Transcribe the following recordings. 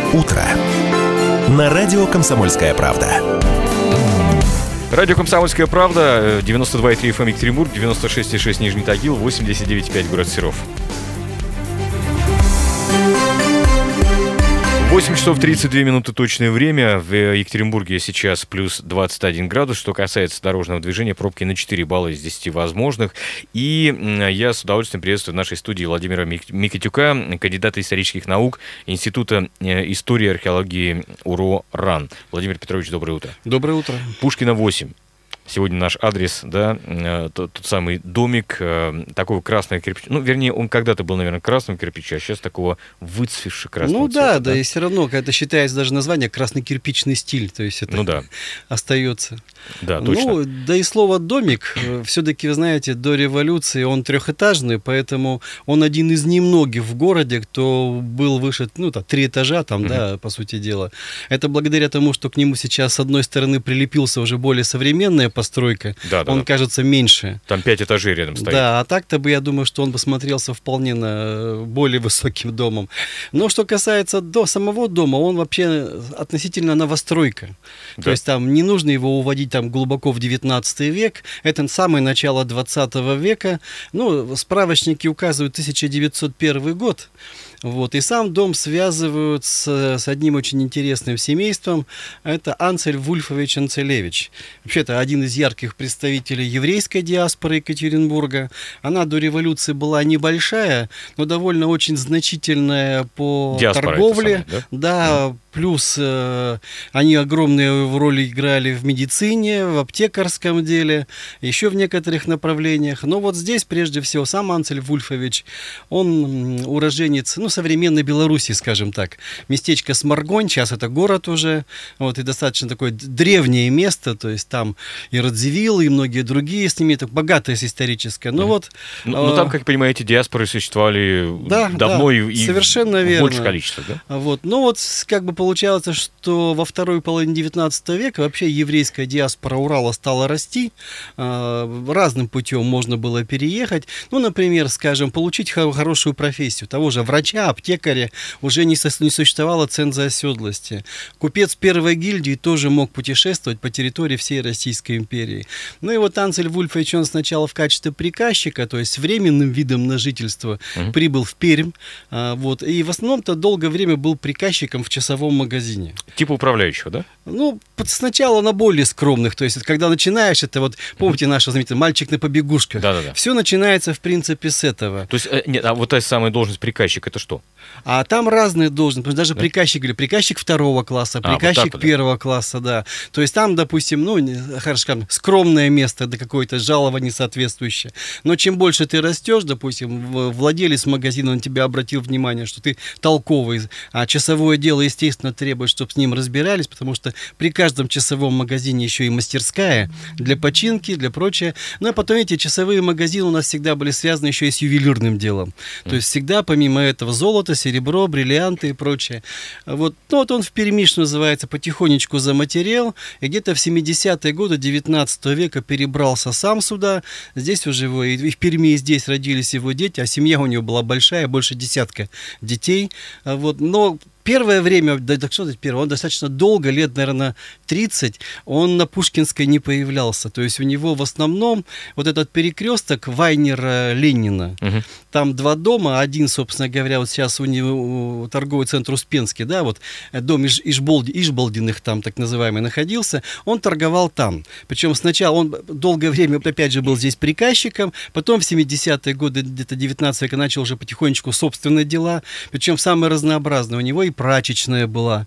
утро» на радио «Комсомольская правда». Радио «Комсомольская правда», 92,3 FM Екатеринбург, 96,6 Нижний Тагил, 89,5 город Серов. 8 часов 32 минуты точное время. В Екатеринбурге сейчас плюс 21 градус. Что касается дорожного движения, пробки на 4 балла из 10 возможных. И я с удовольствием приветствую в нашей студии Владимира Микитюка, кандидата исторических наук Института истории и археологии УРО РАН. Владимир Петрович, доброе утро. Доброе утро. Пушкина, 8. Сегодня наш адрес, да, тот самый домик, такого красного кирпича. Ну, вернее, он когда-то был, наверное, красным кирпича, а сейчас такого выцвевшего красного цвета. Да, и все равно, когда считается даже название красный кирпичный стиль, то есть это остается. Да, точно. Да и слово «домик», все-таки, вы знаете, до революции он трехэтажный, поэтому он один из немногих в городе, кто был выше, 3 этажа там, да, по сути дела. Это благодаря тому, что к нему сейчас с одной стороны прилепился уже более современная постройка, он кажется меньше. Там 5 этажей рядом стоит. Да, а так-то бы, я думаю, что он бы смотрелся вполне на более высоким домом. Но что касается самого дома, он вообще относительно новостройка. Да. То есть там не нужно его уводить там глубоко в 19 век, это самое начало 20 века. Справочники указывают 1901 год. И сам дом связывают с одним очень интересным семейством. Это Анцель Вульфович Анцелевич. Вообще, это один из ярких представителей еврейской диаспоры Екатеринбурга. Она до революции была небольшая, но довольно очень значительная по торговле. Да, плюс они огромную роль играли в медицине, в аптекарском деле, еще в некоторых направлениях. Но вот здесь, прежде всего, сам Анцель Вульфович, он уроженец, современной Белоруссии, скажем так. Местечко Сморгонь, сейчас это город уже, и достаточно такое древнее место, то есть там и Радзивилл, и многие другие с ними, это богатое историческое. Там, как понимаете, диаспоры существовали давно и совершенно в большем количестве, да? Получается, что во второй половине 19 века вообще еврейская диаспора Урала стала расти, разным путем можно было переехать, например, скажем, получить хорошую профессию, того же врача, аптекаря, уже не существовало ценза оседлости. Купец первой гильдии тоже мог путешествовать по территории всей Российской империи. Анцель Вульфович, он сначала в качестве приказчика, то есть временным видом на жительство, прибыл в Пермь, и в основном-то долгое время был приказчиком в часовом магазине. Типа управляющего, да? Сначала на более скромных, то есть когда начинаешь, это помните наша знаменитая «Мальчик на побегушках». Да. Все начинается, в принципе, с этого. То есть, та самая должность приказчик, это что? А там разные должности, даже приказчик или приказчик второго класса, приказчик первого класса, да. То есть там, допустим, скромное место, да, какое-то жалование соответствующее. Но чем больше ты растешь, допустим, владелец магазина, он тебя обратил внимание, что ты толковый, а часовое дело, естественно, требует, чтобы с ним разбирались, потому что при каждом часовом магазине еще и мастерская для починки, для прочего. А потом эти часовые магазины у нас всегда были связаны еще и с ювелирным делом. То есть всегда, помимо этого, золото, серебро, бриллианты и прочее. Он в Перми, что называется, потихонечку заматерел, и где-то в 70-е годы 19 века перебрался сам сюда. Здесь уже и в Перми, и здесь родились его дети, а семья у него была большая, больше 10 детей. Но первое время, он достаточно долго, лет, наверное, 30, он на Пушкинской не появлялся. То есть у него в основном этот перекресток Вайнера-Ленина. Там 2 дома. Один, собственно говоря, сейчас у него торговый центр Успенский, да, дом Ишболдиных там, так называемый, находился. Он торговал там. Причем сначала он долгое время, опять же, был здесь приказчиком, потом в 70-е годы, где-то 19 века, начал уже потихонечку собственные дела, причем самые разнообразные. У него и прачечная была.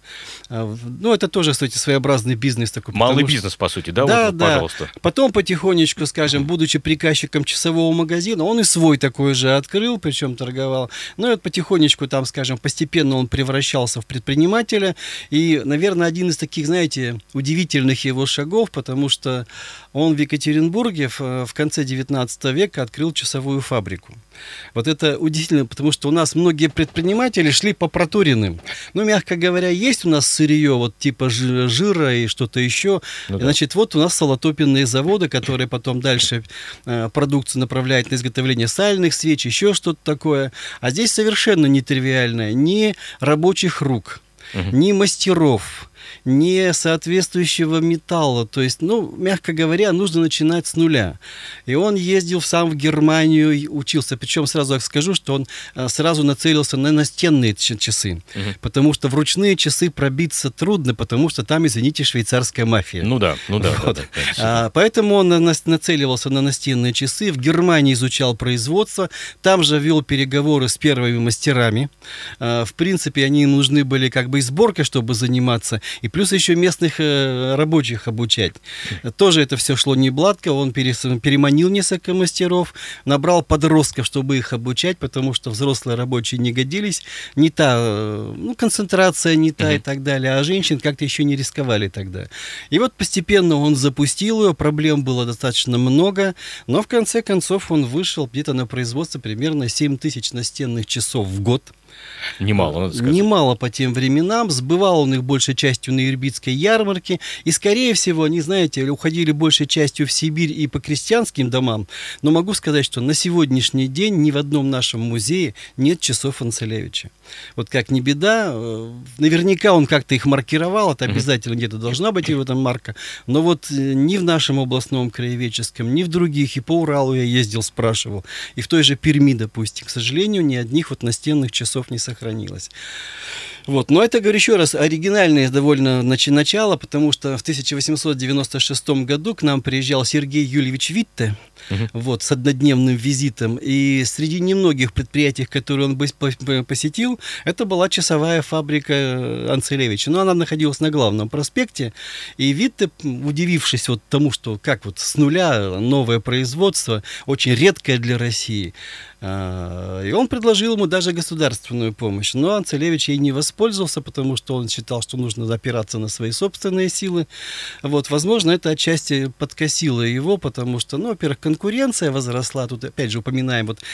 Это тоже, кстати, своеобразный бизнес такой. Малый бизнес, по сути, да? Да, пожалуйста. Потом потихонечку, скажем, будучи приказчиком часового магазина, он и свой такой же открыл, причем торговал. Потихонечку там, скажем, постепенно он превращался в предпринимателя. И, наверное, один из таких, знаете, удивительных его шагов, потому что он в Екатеринбурге в конце 19 века открыл часовую фабрику. Это удивительно, потому что у нас многие предприниматели шли по проторенным. Мягко говоря, есть у нас сырье, типа жира и что-то еще. Значит, у нас салотопенные заводы, которые потом дальше продукцию направляют на изготовление сальных свеч, еще что-то такое. А здесь совершенно нетривиальное, не рабочих рук. ни мастеров, ни соответствующего металла. То есть, мягко говоря, нужно начинать с нуля. И он ездил сам в Германию, учился. Причем сразу скажу, что он сразу нацелился на настенные часы. Потому что в ручные часы пробиться трудно, потому что там, извините, швейцарская мафия. Поэтому он нацеливался на настенные часы. В Германии изучал производство. Там же вел переговоры с первыми мастерами. В принципе, они нужны были как бы и сборкой, чтобы заниматься. И плюс еще местных рабочих обучать. Тоже это все шло не гладко. Он переманил несколько мастеров, набрал подростков, чтобы их обучать, потому что взрослые рабочие не годились. Не та, концентрация не та и так далее. А женщин как-то еще не рисковали тогда. И вот постепенно он запустил ее. Проблем было достаточно много. Но в конце концов он вышел где-то на производство примерно 7 тысяч настенных часов в год. Немало, надо сказать. Немало по тем временам. Сбывал он их большей частью на Ирбитской ярмарке. И, скорее всего, они, знаете, уходили большей частью в Сибирь и по крестьянским домам. Но могу сказать, что на сегодняшний день ни в одном нашем музее нет часов Анцелевича. Вот как ни беда, наверняка он как-то их маркировал. Это обязательно где-то должна быть и в этом марка. Но вот ни в нашем областном краеведческом, ни в других, и по Уралу я ездил, спрашивал. И в той же Перми, допустим. К сожалению, ни одних вот настенных часов не сохранилось. Вот. Но это, говорю еще раз, оригинальное довольно начало, потому что в 1896 году к нам приезжал Сергей Юльевич Витте, вот, с однодневным визитом, и среди немногих предприятий, которые он посетил, это была часовая фабрика Анцелевича. Но она находилась на главном проспекте, и Витте, удивившись вот тому, что как вот с нуля новое производство, очень редкое для России, и он предложил ему даже государственную помощь. Но Анцелевич ей не воспользовался, потому что он считал, что нужно опираться на свои собственные силы. Вот, возможно, это отчасти подкосило его, потому что, во-первых, конкуренция возросла. Тут, опять же, упоминаем вот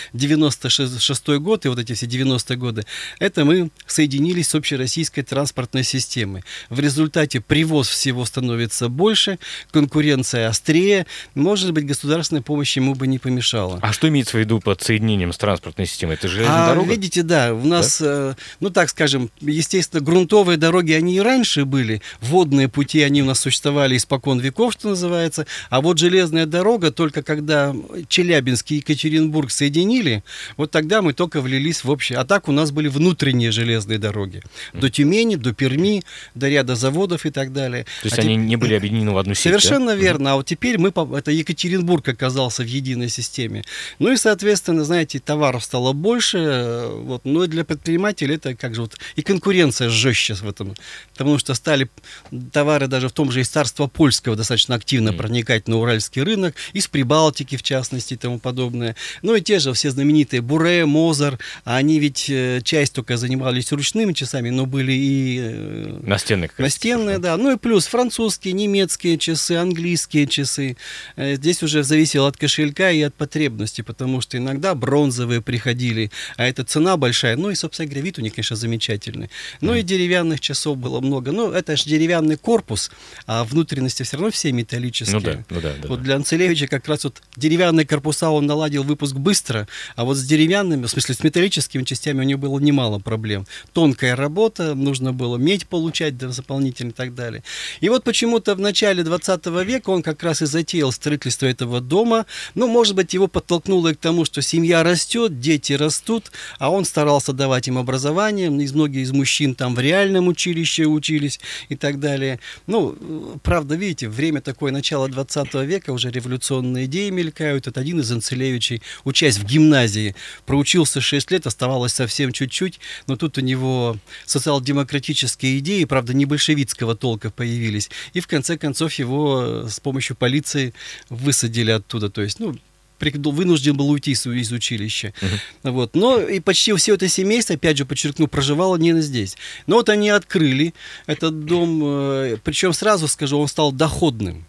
96-й год и вот эти все 90-е годы. Это мы соединились с общероссийской транспортной системой. В результате привоз всего становится больше, конкуренция острее. Может быть, государственная помощь ему бы не помешала. А что имеется в виду под соединением с транспортной системой? Это железная дорога? Видите, да, у нас, так скажем, естественно, грунтовые дороги, они и раньше были, водные пути, они у нас существовали испокон веков, что называется, а вот железная дорога, только когда Челябинск и Екатеринбург соединили, вот тогда мы только влились в общее. А так у нас были внутренние железные дороги. До Тюмени, до Перми, до ряда заводов и так далее. То есть они не были объединены в одну сеть? Совершенно верно. А вот теперь это Екатеринбург оказался в единой системе. Ну и, соответственно, знаете, товаров стало больше, вот, но для предпринимателей это как же вот и конкуренция жестче в этом, потому что стали товары даже в том же из царства польского достаточно активно проникать на уральский рынок, из Прибалтики, в частности, и тому подобное. Ну и те же все знаменитые Буре, Мозер, они ведь часть только занимались ручными часами, но были и настенные, да. Ну и плюс французские, немецкие часы, английские часы. Здесь уже зависело от кошелька и от потребности, потому что иногда бронзовые приходили, а это цена большая. Ну и, собственно говоря, вид у них, конечно, замечательный. Ну и деревянных часов было много. Ну, это же деревянный корпус, а внутренности все равно все металлические. Вот для Анцелевича как раз вот деревянные корпуса он наладил выпуск быстро, а вот с деревянными, в смысле с металлическими частями у него было немало проблем. Тонкая работа, нужно было медь получать дополнительно и так далее. И вот почему-то в начале 20 века он как раз и затеял строительство этого дома. Ну, может быть, его подтолкнуло и к тому, что семья растет, дети растут, а он старался давать им образование. Многие из мужчин там в реальном училище учились и так далее. Ну, правда, видите, время такое, начало 20 века, уже революционные идеи мелькают. Это один из Анцелевичей, учась в гимназии, проучился 6 лет, оставалось совсем чуть-чуть, но тут у него социал-демократические идеи, правда, не большевистского толка появились, и в конце концов его с помощью полиции высадили оттуда, то есть, вынужден был уйти из училища. Вот. Но и почти все это семейство, опять же, подчеркну, проживало не здесь. Но вот они открыли этот дом, причем сразу скажу, он стал доходным.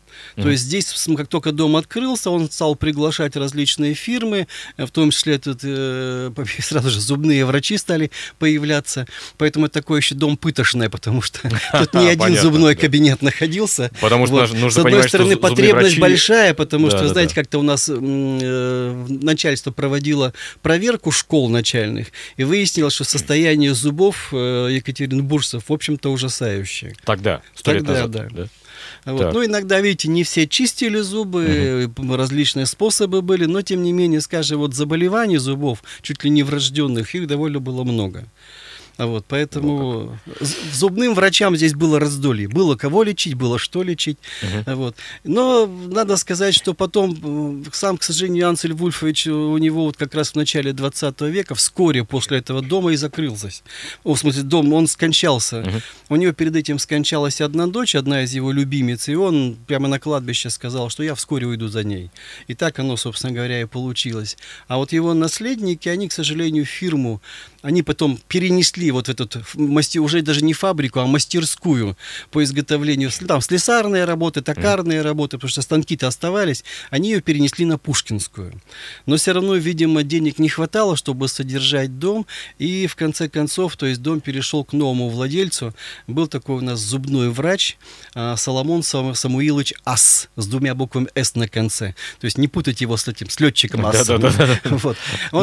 То есть здесь, как только дом открылся, он стал приглашать различные фирмы, в том числе тут сразу же зубные врачи стали появляться. Поэтому это такой еще дом пытошный, потому что тут не один зубной кабинет находился. Потому что нужно с одной стороны, потребность большая, потому что, знаете, как-то у нас начальство проводило проверку школ начальных, и выяснилось, что состояние зубов екатеринбуржцев, в общем-то, ужасающее. Тогда, 100 лет назад. Да. Вот. Ну, иногда, видите, не все чистили зубы, различные способы были, но, тем не менее, скажем, вот заболеваний зубов, чуть ли не врожденных, их довольно было много. Вот, поэтому зубным врачам здесь было раздолье. Было кого лечить, было что лечить. Вот. Но надо сказать, что потом сам, к сожалению, Анцель Вульфович, у него вот как раз в начале 20 века, вскоре после этого дома и закрылся. В смысле, дом, он скончался. У него перед этим скончалась одна дочь, одна из его любимиц, и он прямо на кладбище сказал, что я вскоре уйду за ней. И так оно, собственно говоря, и получилось. А вот его наследники, они, к сожалению, фирму, они потом перенесли вот в эту, уже даже не фабрику, а мастерскую по изготовлению, там, слесарные работы, токарные работы, потому что станки-то оставались, они ее перенесли на Пушкинскую. Но все равно, видимо, денег не хватало, чтобы содержать дом, и в конце концов, то есть дом перешел к новому владельцу. Был такой у нас зубной врач Соломон Самуилович Ас, с двумя буквами «С» на конце. То есть не путать его с этим, с летчиком Асом. Вот.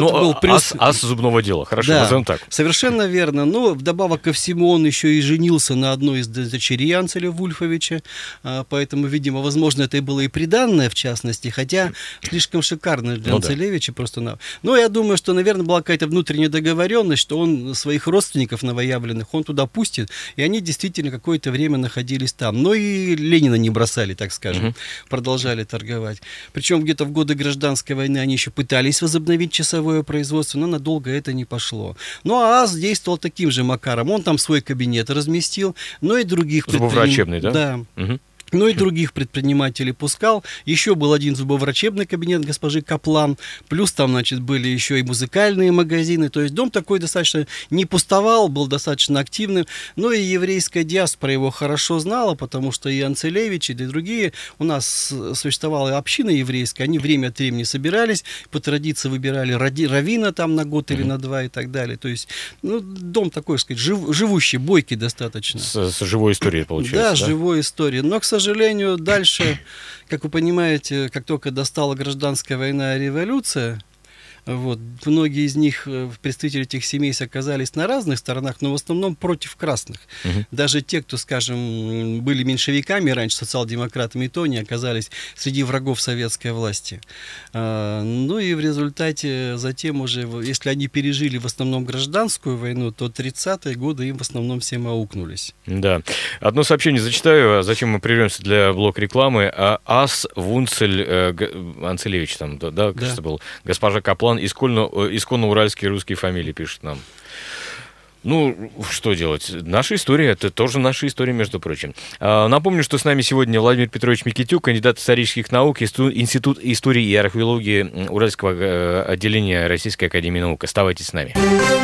Ас зубного дела, хорошо. Так. Совершенно верно. Но вдобавок ко всему он еще и женился на одной из дочерей Анцеля Вульфовича, поэтому, видимо, возможно, это и было и приданное, в частности, хотя слишком шикарно для Анцелевича просто. Но я думаю, что, наверное, была какая-то внутренняя договоренность, что он своих родственников новоявленных, он туда пустит, и они действительно какое-то время находились там. Но и Ленина не бросали, так скажем, продолжали торговать. Причем где-то в годы гражданской войны они еще пытались возобновить часовое производство, но надолго это не пошло. Ну, а АС действовал таким же макаром. Он там свой кабинет разместил, но и других зубоврачебный, да? Да. Но и других предпринимателей пускал. Еще был один зубоврачебный кабинет госпожи Каплан. Плюс там, значит, были еще и музыкальные магазины. То есть дом такой достаточно не пустовал, был достаточно активным. Но и еврейская диаспора его хорошо знала, потому что и Анцелевич, и другие. У нас существовала община еврейская. Они время от времени собирались. По традиции выбирали раввина там на год или на два и так далее. То есть, ну, дом такой, сказать, живущий, бойкий достаточно. С живой историей, получается. Да, с живой историей. Но, к сожалению, дальше, как вы понимаете, как только достала гражданская война и революция, вот, многие из них, представители этих семей, оказались на разных сторонах, но в основном против красных. Даже те, кто, скажем, были меньшевиками раньше, социал-демократами, и то не оказались среди врагов советской власти. Ну и в результате затем уже, если они пережили в основном гражданскую войну, то 30-е годы им в основном всем аукнулись. Да. Одно сообщение зачитаю, а затем мы прервемся для блока рекламы. Ас Вунцель Анцелевич, там, да, кажется, был, госпожа Каплан, исконно уральские русские фамилии, пишет нам. Ну, что делать? Наша история, это тоже наша история, между прочим. Напомню, что с нами сегодня Владимир Петрович Микитюк, кандидат исторических наук, Институт истории и археологии Уральского отделения Российской академии наук. Оставайтесь с нами.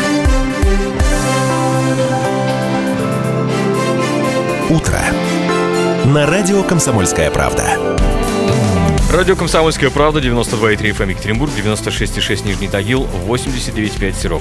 Утро. На радио «Комсомольская правда». Радио «Комсомольская правда», 92,3 FM Екатеринбург, 96,6 Нижний Тагил, 89,5 Серов.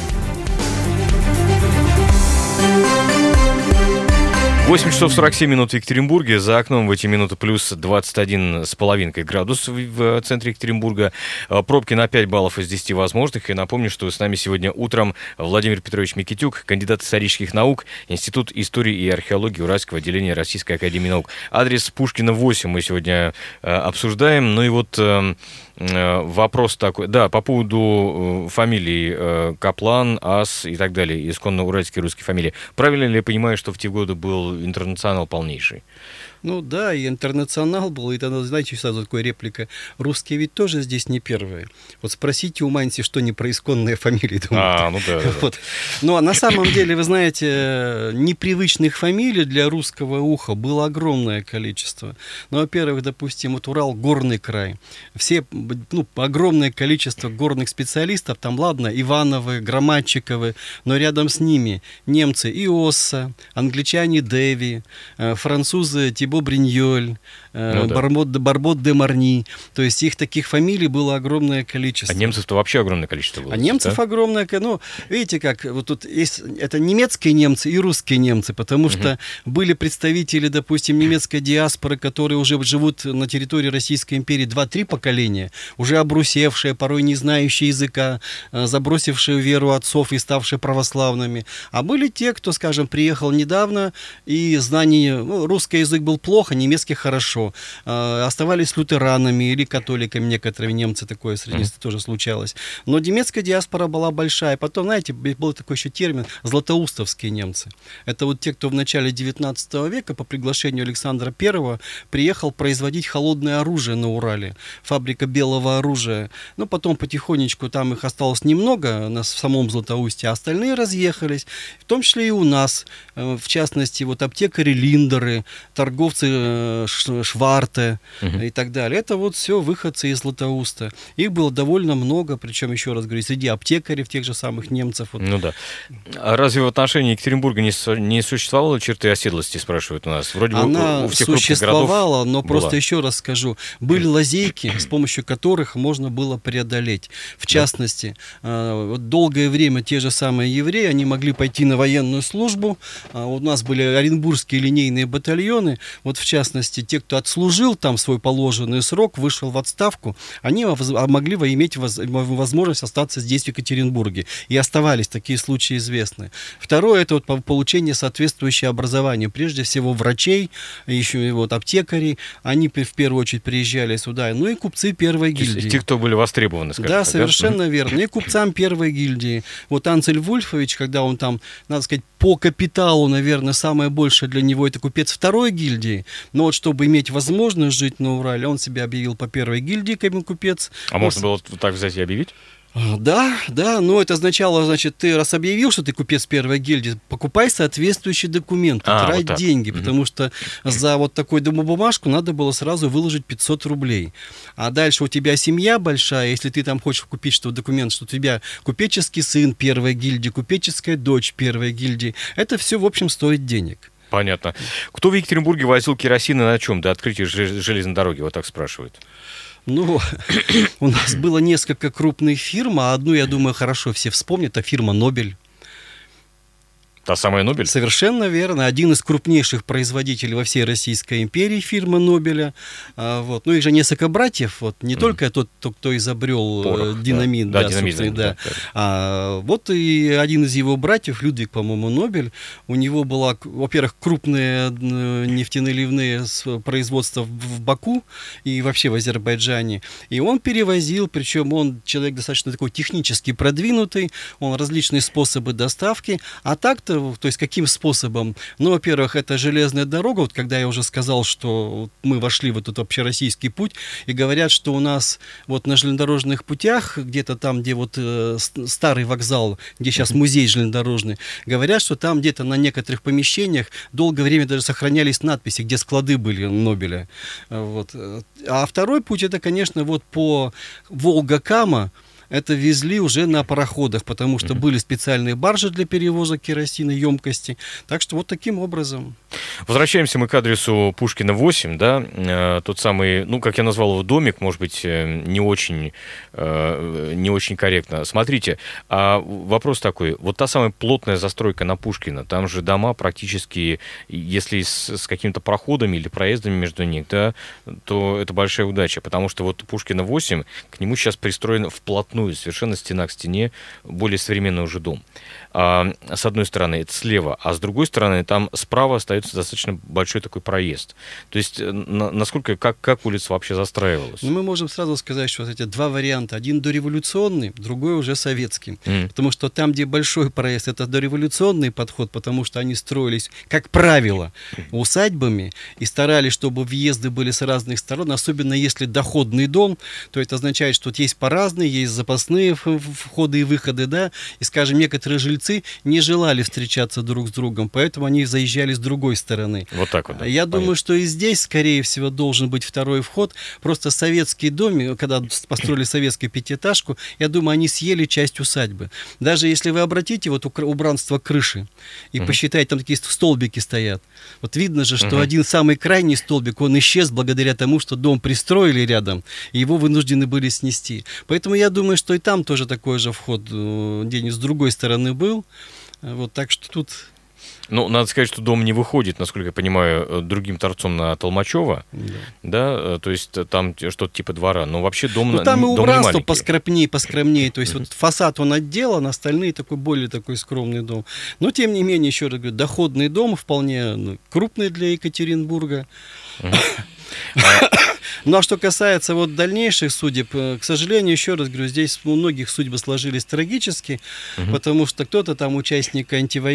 8 часов 47 минут в Екатеринбурге. За окном в эти минуты плюс 21,5 градус в центре Екатеринбурга. Пробки на 5 баллов из 10 возможных. И напомню, что с нами сегодня утром Владимир Петрович Микитюк, кандидат исторических наук, Институт истории и археологии Уральского отделения Российской академии наук. Адрес Пушкина 8 мы сегодня обсуждаем. Ну и вот вопрос такой, да, по поводу фамилий Каплан, Ас и так далее, исконно уральские русские фамилии. Правильно ли я понимаю, что в те годы был интернационал полнейший? Ну да, и интернационал был, и тогда, знаете, сразу такая реплика, русские ведь тоже здесь не первые. Вот спросите у Манси, что не про исконные фамилии. Ну да. Вот. Ну а на самом деле, вы знаете, непривычных фамилий для русского уха было огромное количество. Ну, во-первых, допустим, вот Урал, горный край. Все, огромное количество горных специалистов, там, ладно, Ивановы, Громадчиковы, но рядом с ними немцы Иосса, англичане Дэви, французы Тибо Бриньоль, Барбот де Марни. То есть их таких фамилий было огромное количество. А немцев-то вообще огромное количество было. А немцев огромное, ну, видите как, вот тут есть, это немецкие немцы и русские немцы, потому что были представители, допустим, немецкой диаспоры, которые уже живут на территории Российской империи 2-3 поколения, уже обрусевшие, порой не знающие языка, забросившие веру отцов и ставшие православными. А были те, кто, скажем, приехал недавно, и знание, русский язык был плохо, немецкий хорошо, оставались лютеранами или католиками, некоторые немцы, такое среди них тоже случалось. Но немецкая диаспора была большая. Потом, знаете, был такой еще термин «златоустовские немцы». Это вот те, кто в начале 19 века по приглашению Александра I приехал производить холодное оружие на Урале. Фабрика белого оружия. Но потом потихонечку там их осталось немного в самом Златоусте, а остальные разъехались. В том числе и у нас. В частности, вот аптекари Линдеры, торговцы Шварте и так далее. Это вот все выходцы из Златоуста. Их было довольно много, причем, еще раз говорю, среди аптекарей, тех же самых немцев. Вот. Ну да. А разве в отношении Екатеринбурга не существовало черты оседлости, спрашивают у нас? Вроде она у всех существовала, но была. Просто еще раз скажу, были лазейки, с помощью которых можно было преодолеть. В частности, вот долгое время те же самые евреи, они могли пойти на военную службу. У нас были оренбургские линейные батальоны. Вот в частности, те, кто отслужил там свой положенный срок, вышел в отставку, они могли иметь возможность остаться здесь, в Екатеринбурге. И оставались такие случаи известны. Второе, это вот получение соответствующего образования. Прежде всего врачей, еще и вот аптекарей. Они в первую очередь приезжали сюда. Ну и купцы первой гильдии. Те, кто были востребованы, скажем да, так. Совершенно верно. И купцам первой гильдии. Вот Анцель Вульфович, когда он там, надо сказать, по капиталу, наверное, самое большее для него это купец второй гильдии. Но вот чтобы иметь возможность жить на Урале, он себя объявил по первой гильдии, как купец. А можно было так взять и объявить? Да, но это означало, значит, ты раз объявил, что ты купец первой гильдии, покупай соответствующие документы, трать вот деньги, потому что за вот такую бумажку надо было сразу выложить 500 рублей. А дальше у тебя семья большая, если ты там хочешь купить что документ, что у тебя купеческий сын первой гильдии, купеческая дочь первой гильдии, это все, в общем, стоит денег. Понятно. Кто в Екатеринбурге возил керосин и на чем до открытия железной дороги? Вот так спрашивают. Ну, у нас было несколько крупных фирм, а одну, я думаю, хорошо все вспомнят, это фирма «Нобель». Та самая «Нобель»? Совершенно верно. Один из крупнейших производителей во всей Российской империи, фирма «Нобеля». Вот. Ну, их же несколько братьев. Вот. Не только тот, кто изобрел порох, динамит. Да, динамит. Да. Вот и один из его братьев, Людвиг, по-моему, Нобель, у него была, во-первых, крупные нефтеналивные производства в Баку и вообще в Азербайджане. И он перевозил, причем он человек достаточно такой технически продвинутый, он различные способы доставки, а так-то, то есть каким способом? Ну, во-первых, это железная дорога, вот когда я уже сказал, что мы вошли в этот общероссийский путь, и говорят, что у нас вот на железнодорожных путях, где-то там, где вот старый вокзал, где сейчас музей железнодорожный, говорят, что там где-то на некоторых помещениях долгое время даже сохранялись надписи, где склады были Нобеля. Вот. А второй путь, это, конечно, вот по Волга-Кама, это везли уже на пароходах, потому что были специальные баржи для перевоза керосина, емкости. Так что вот таким образом. Возвращаемся мы к адресу Пушкина 8, да, тот самый, ну, как я назвал его, домик, может быть, не очень корректно. Смотрите, вопрос такой, вот та самая плотная застройка на Пушкина, там же дома практически, если с какими-то проходами или проездами между них, да, то это большая удача, потому что вот Пушкина 8, к нему сейчас пристроен вплотную, совершенно стена к стене, более современный уже дом. С одной стороны, это слева, а с другой стороны, там справа остается достаточно большой такой проезд. То есть, насколько, как улица вообще застраивалась? Ну, мы можем сразу сказать, что вот эти два варианта. Один дореволюционный, другой уже советский. Потому что там, где большой проезд, это дореволюционный подход, потому что они строились, как правило, усадьбами и старались, чтобы въезды были с разных сторон, особенно если доходный дом, то это означает, что вот есть парадный, есть запасные входы и выходы, да, и, скажем, некоторые жильцы не желали встречаться друг с другом, поэтому они заезжали с другой стороны. Вот так вот. Да. Я думаю, что и здесь, скорее всего, должен быть второй вход. Просто советский дом, когда построили советскую пятиэтажку, я думаю, они съели часть усадьбы. Даже если вы обратите вот убранство крыши и посчитаете, там такие столбики стоят. Вот видно же, что один самый крайний столбик, он исчез благодаря тому, что дом пристроили рядом, и его вынуждены были снести. Поэтому я думаю, что и там тоже такой же вход где-нибудь с другой стороны был. Вот, так что тут... Ну, надо сказать, что дом не выходит, насколько я понимаю, другим торцом на Толмачева, да, то есть там что-то типа двора, но вообще дом не маленький. Там и убранство поскромнее, то есть вот фасад он отделан, остальные более такой скромный дом. Но, тем не менее, еще раз говорю, доходный дом, вполне крупный для Екатеринбурга. Ну, а что касается вот дальнейших судеб, к сожалению, еще раз говорю, здесь у многих судьбы сложились трагически, потому что кто-то там участник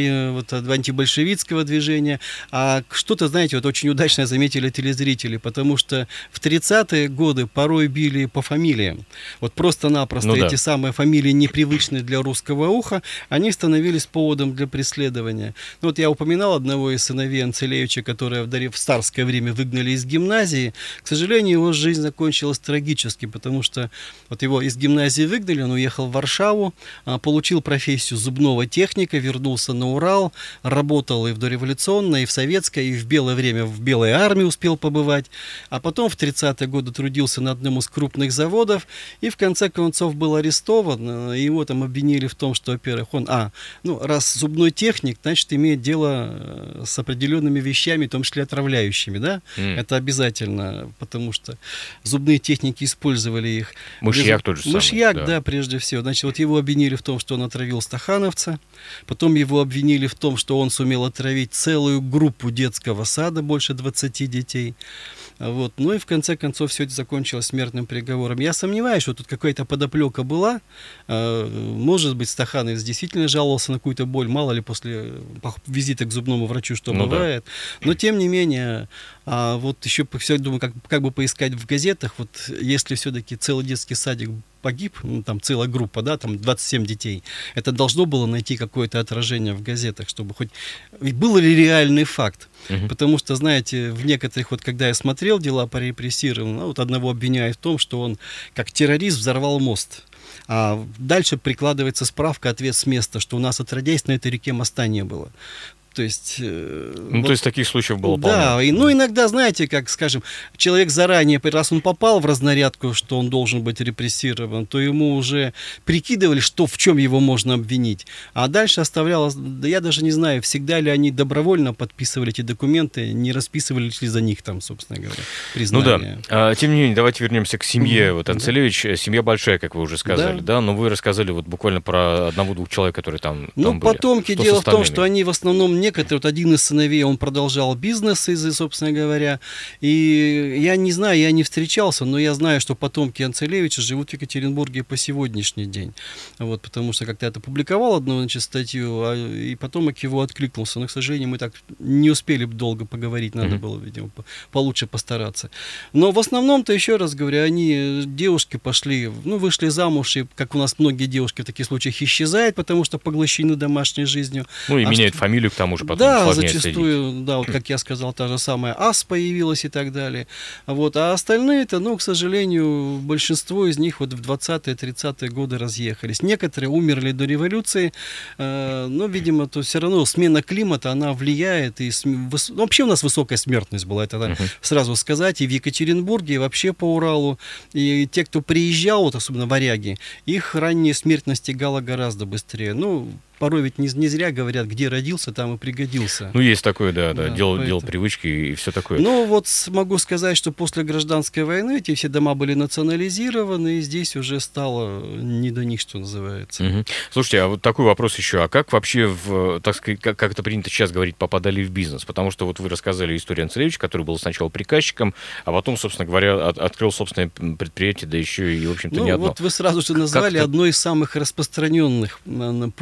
антибольшевистского движения, а что-то, знаете, вот очень удачно заметили телезрители, потому что в 30-е годы порой били по фамилиям. Вот просто-напросто эти самые фамилии, непривычные для русского уха, они становились поводом для преследования. Ну, вот я упоминал одного из сыновей Анцелевича, которого в царское время выгнали из гимназии. К сожалению, его жизнь закончилась трагически, потому что вот его из гимназии выгнали, он уехал в Варшаву, получил профессию зубного техника, вернулся на Урал, работал и в дореволюционной, и в советской, и в белое время в Белой армии успел побывать, а потом в 30-е годы трудился на одном из крупных заводов, и в конце концов был арестован, его там обвинили в том, что, во-первых, он, раз зубной техник, значит, имеет дело с определенными вещами, в том числе отравляющими, да, это обязательно, потому что зубные техники использовали их. Мышьяк тот же самый. Мышьяк, да, прежде всего. Значит, вот его обвинили в том, что он отравил стахановца. Потом его обвинили в том, что он сумел отравить целую группу детского сада, больше 20 детей. Вот. Ну и в конце концов все это закончилось смертным приговором. Я сомневаюсь, что тут какая-то подоплека была. Может быть, стахановец действительно жаловался на какую-то боль, мало ли после визита к зубному врачу, что бывает. Да. Но тем не менее, вот еще думаю, как бы поискать в газетах, вот если все-таки целый детский садик погиб, там целая группа, да, там 27 детей, это должно было найти какое-то отражение в газетах, чтобы хоть... Был ли реальный факт? Потому что, знаете, в некоторых, вот когда я смотрел дела по репрессированным, вот одного обвиняют в том, что он как террорист взорвал мост. А дальше прикладывается справка, ответ с места, что у нас отродясь на этой реке моста не было. То есть... то есть таких случаев было полно. Да, иногда, знаете, как, скажем, человек заранее, раз он попал в разнарядку, что он должен быть репрессирован, то ему уже прикидывали, в чем его можно обвинить. А дальше оставлялось, я даже не знаю, всегда ли они добровольно подписывали эти документы, не расписывали ли за них там, собственно говоря, признание. Ну да. Тем не менее, давайте вернемся к семье. Вот Анцелевич, семья большая, как вы уже сказали, да? Но вы рассказали вот буквально про одного-двух человек, которые там были. Потомки, дело в том, что они в основном некоторые, вот один из сыновей, он продолжал бизнес, собственно говоря, и я не знаю, я не встречался, но я знаю, что потомки Анцелевича живут в Екатеринбурге по сегодняшний день, вот, потому что как-то я публиковал одну, статью, и потомок его откликнулся, но, к сожалению, мы так не успели долго поговорить, надо было, видимо, получше постараться. Но в основном-то, еще раз говорю, девушки пошли, вышли замуж, и, как у нас многие девушки в таких случаях исчезают, потому что поглощены домашней жизнью. И меняют фамилию к тому же, потом да, зачастую, да, вот как я сказал, та же самая АС появилась и так далее. Вот. А остальные-то, к сожалению, большинство из них вот в 20-е, 30-е годы разъехались. Некоторые умерли до революции, но, видимо, то все равно смена климата, она влияет. И вообще у нас высокая смертность была, это надо сразу сказать, и в Екатеринбурге, и вообще по Уралу. И те, кто приезжал, вот особенно варяги, их ранняя смерть настигала гораздо быстрее. Порой ведь не зря говорят, где родился, там и пригодился. Есть такое, да, дело привычки и все такое. Вот могу сказать, что после гражданской войны эти все дома были национализированы, и здесь уже стало не до них, что называется. Слушайте, а вот такой вопрос еще. А как вообще, так сказать, как это принято сейчас говорить, попадали в бизнес? Потому что вот вы рассказали историю Анцелевича, который был сначала приказчиком, а потом, собственно говоря, открыл собственное предприятие, да еще и, в общем-то, не одно. Вот вы сразу же назвали одно из самых распространенных путей.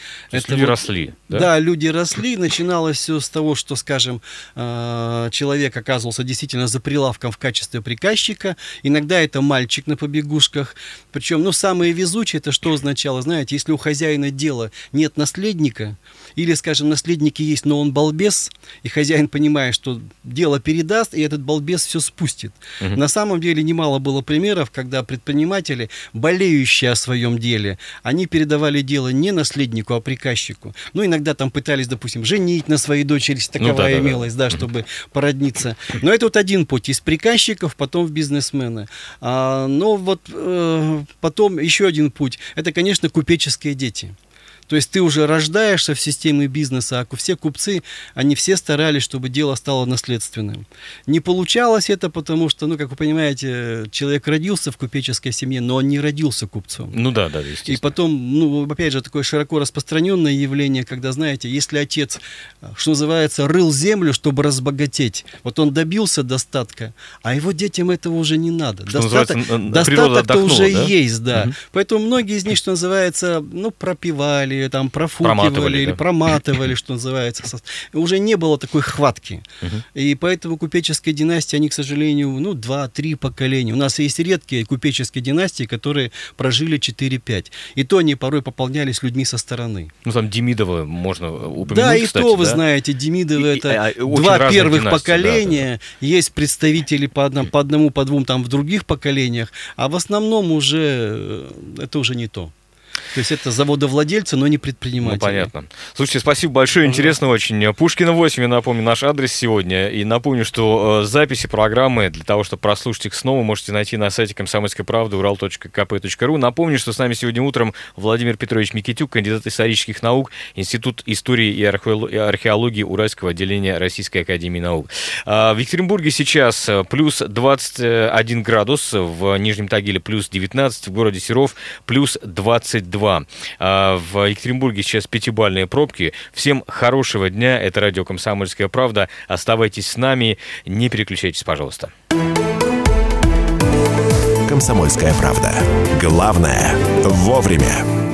Люди росли, да? Да, люди росли. Начиналось все с того, что, скажем, человек оказывался действительно за прилавком в качестве приказчика. Иногда это мальчик на побегушках. Причем, самые везучие, это что означало? Знаете, если у хозяина дела нет наследника, или, скажем, наследники есть, но он балбес, и хозяин понимает, что дело передаст, и этот балбес все спустит. На самом деле немало было примеров, когда предприниматели, болеющие о своем деле, они передавали дело не наследнику, а приказчику. Иногда там пытались, допустим, женить на своей дочери, если таковая имелась, чтобы породниться. Но это вот один путь. Из приказчиков, потом в бизнесмены. Потом еще один путь. Это, конечно, купеческие дети. То есть ты уже рождаешься в системе бизнеса, а все купцы, они все старались, чтобы дело стало наследственным. Не получалось это, потому что, как вы понимаете, человек родился в купеческой семье, но он не родился купцом. Естественно. И потом, опять же, такое широко распространенное явление, когда, знаете, если отец, что называется, рыл землю, чтобы разбогатеть, вот он добился достатка, а его детям этого уже не надо. Достаток-то уже есть, да. Угу. Поэтому многие из них, что называется, пропивали, там профукивали или проматывали, что называется. Уже не было такой хватки. И поэтому купеческие династии, они, к сожалению, 2-3 поколения. У нас есть редкие купеческие династии, которые прожили 4-5. И то они порой пополнялись людьми со стороны. Там Демидова можно упомянуть, да, и кстати, то, вы знаете, Демидовы это 2 первых поколения. Да. Есть представители по одному, по двум там в других поколениях. А в основном уже это уже не то. То есть это заводовладельцы, но не предприниматели. Понятно. Слушайте, спасибо большое, интересно очень. Пушкина 8, я напомню, наш адрес сегодня. И напомню, что записи программы для того, чтобы прослушать их снова, можете найти на сайте «Комсомольской правды» ural.kp.ru. Напомню, что с нами сегодня утром Владимир Петрович Микитюк, кандидат исторических наук, Институт истории и археологии Уральского отделения Российской академии наук. В Екатеринбурге сейчас плюс 21 градус, в Нижнем Тагиле плюс 19, в городе Серов плюс 22. В Екатеринбурге сейчас 5-бальные пробки. Всем хорошего дня. Это радио «Комсомольская правда». Оставайтесь с нами. Не переключайтесь, пожалуйста. «Комсомольская правда». Главное – вовремя.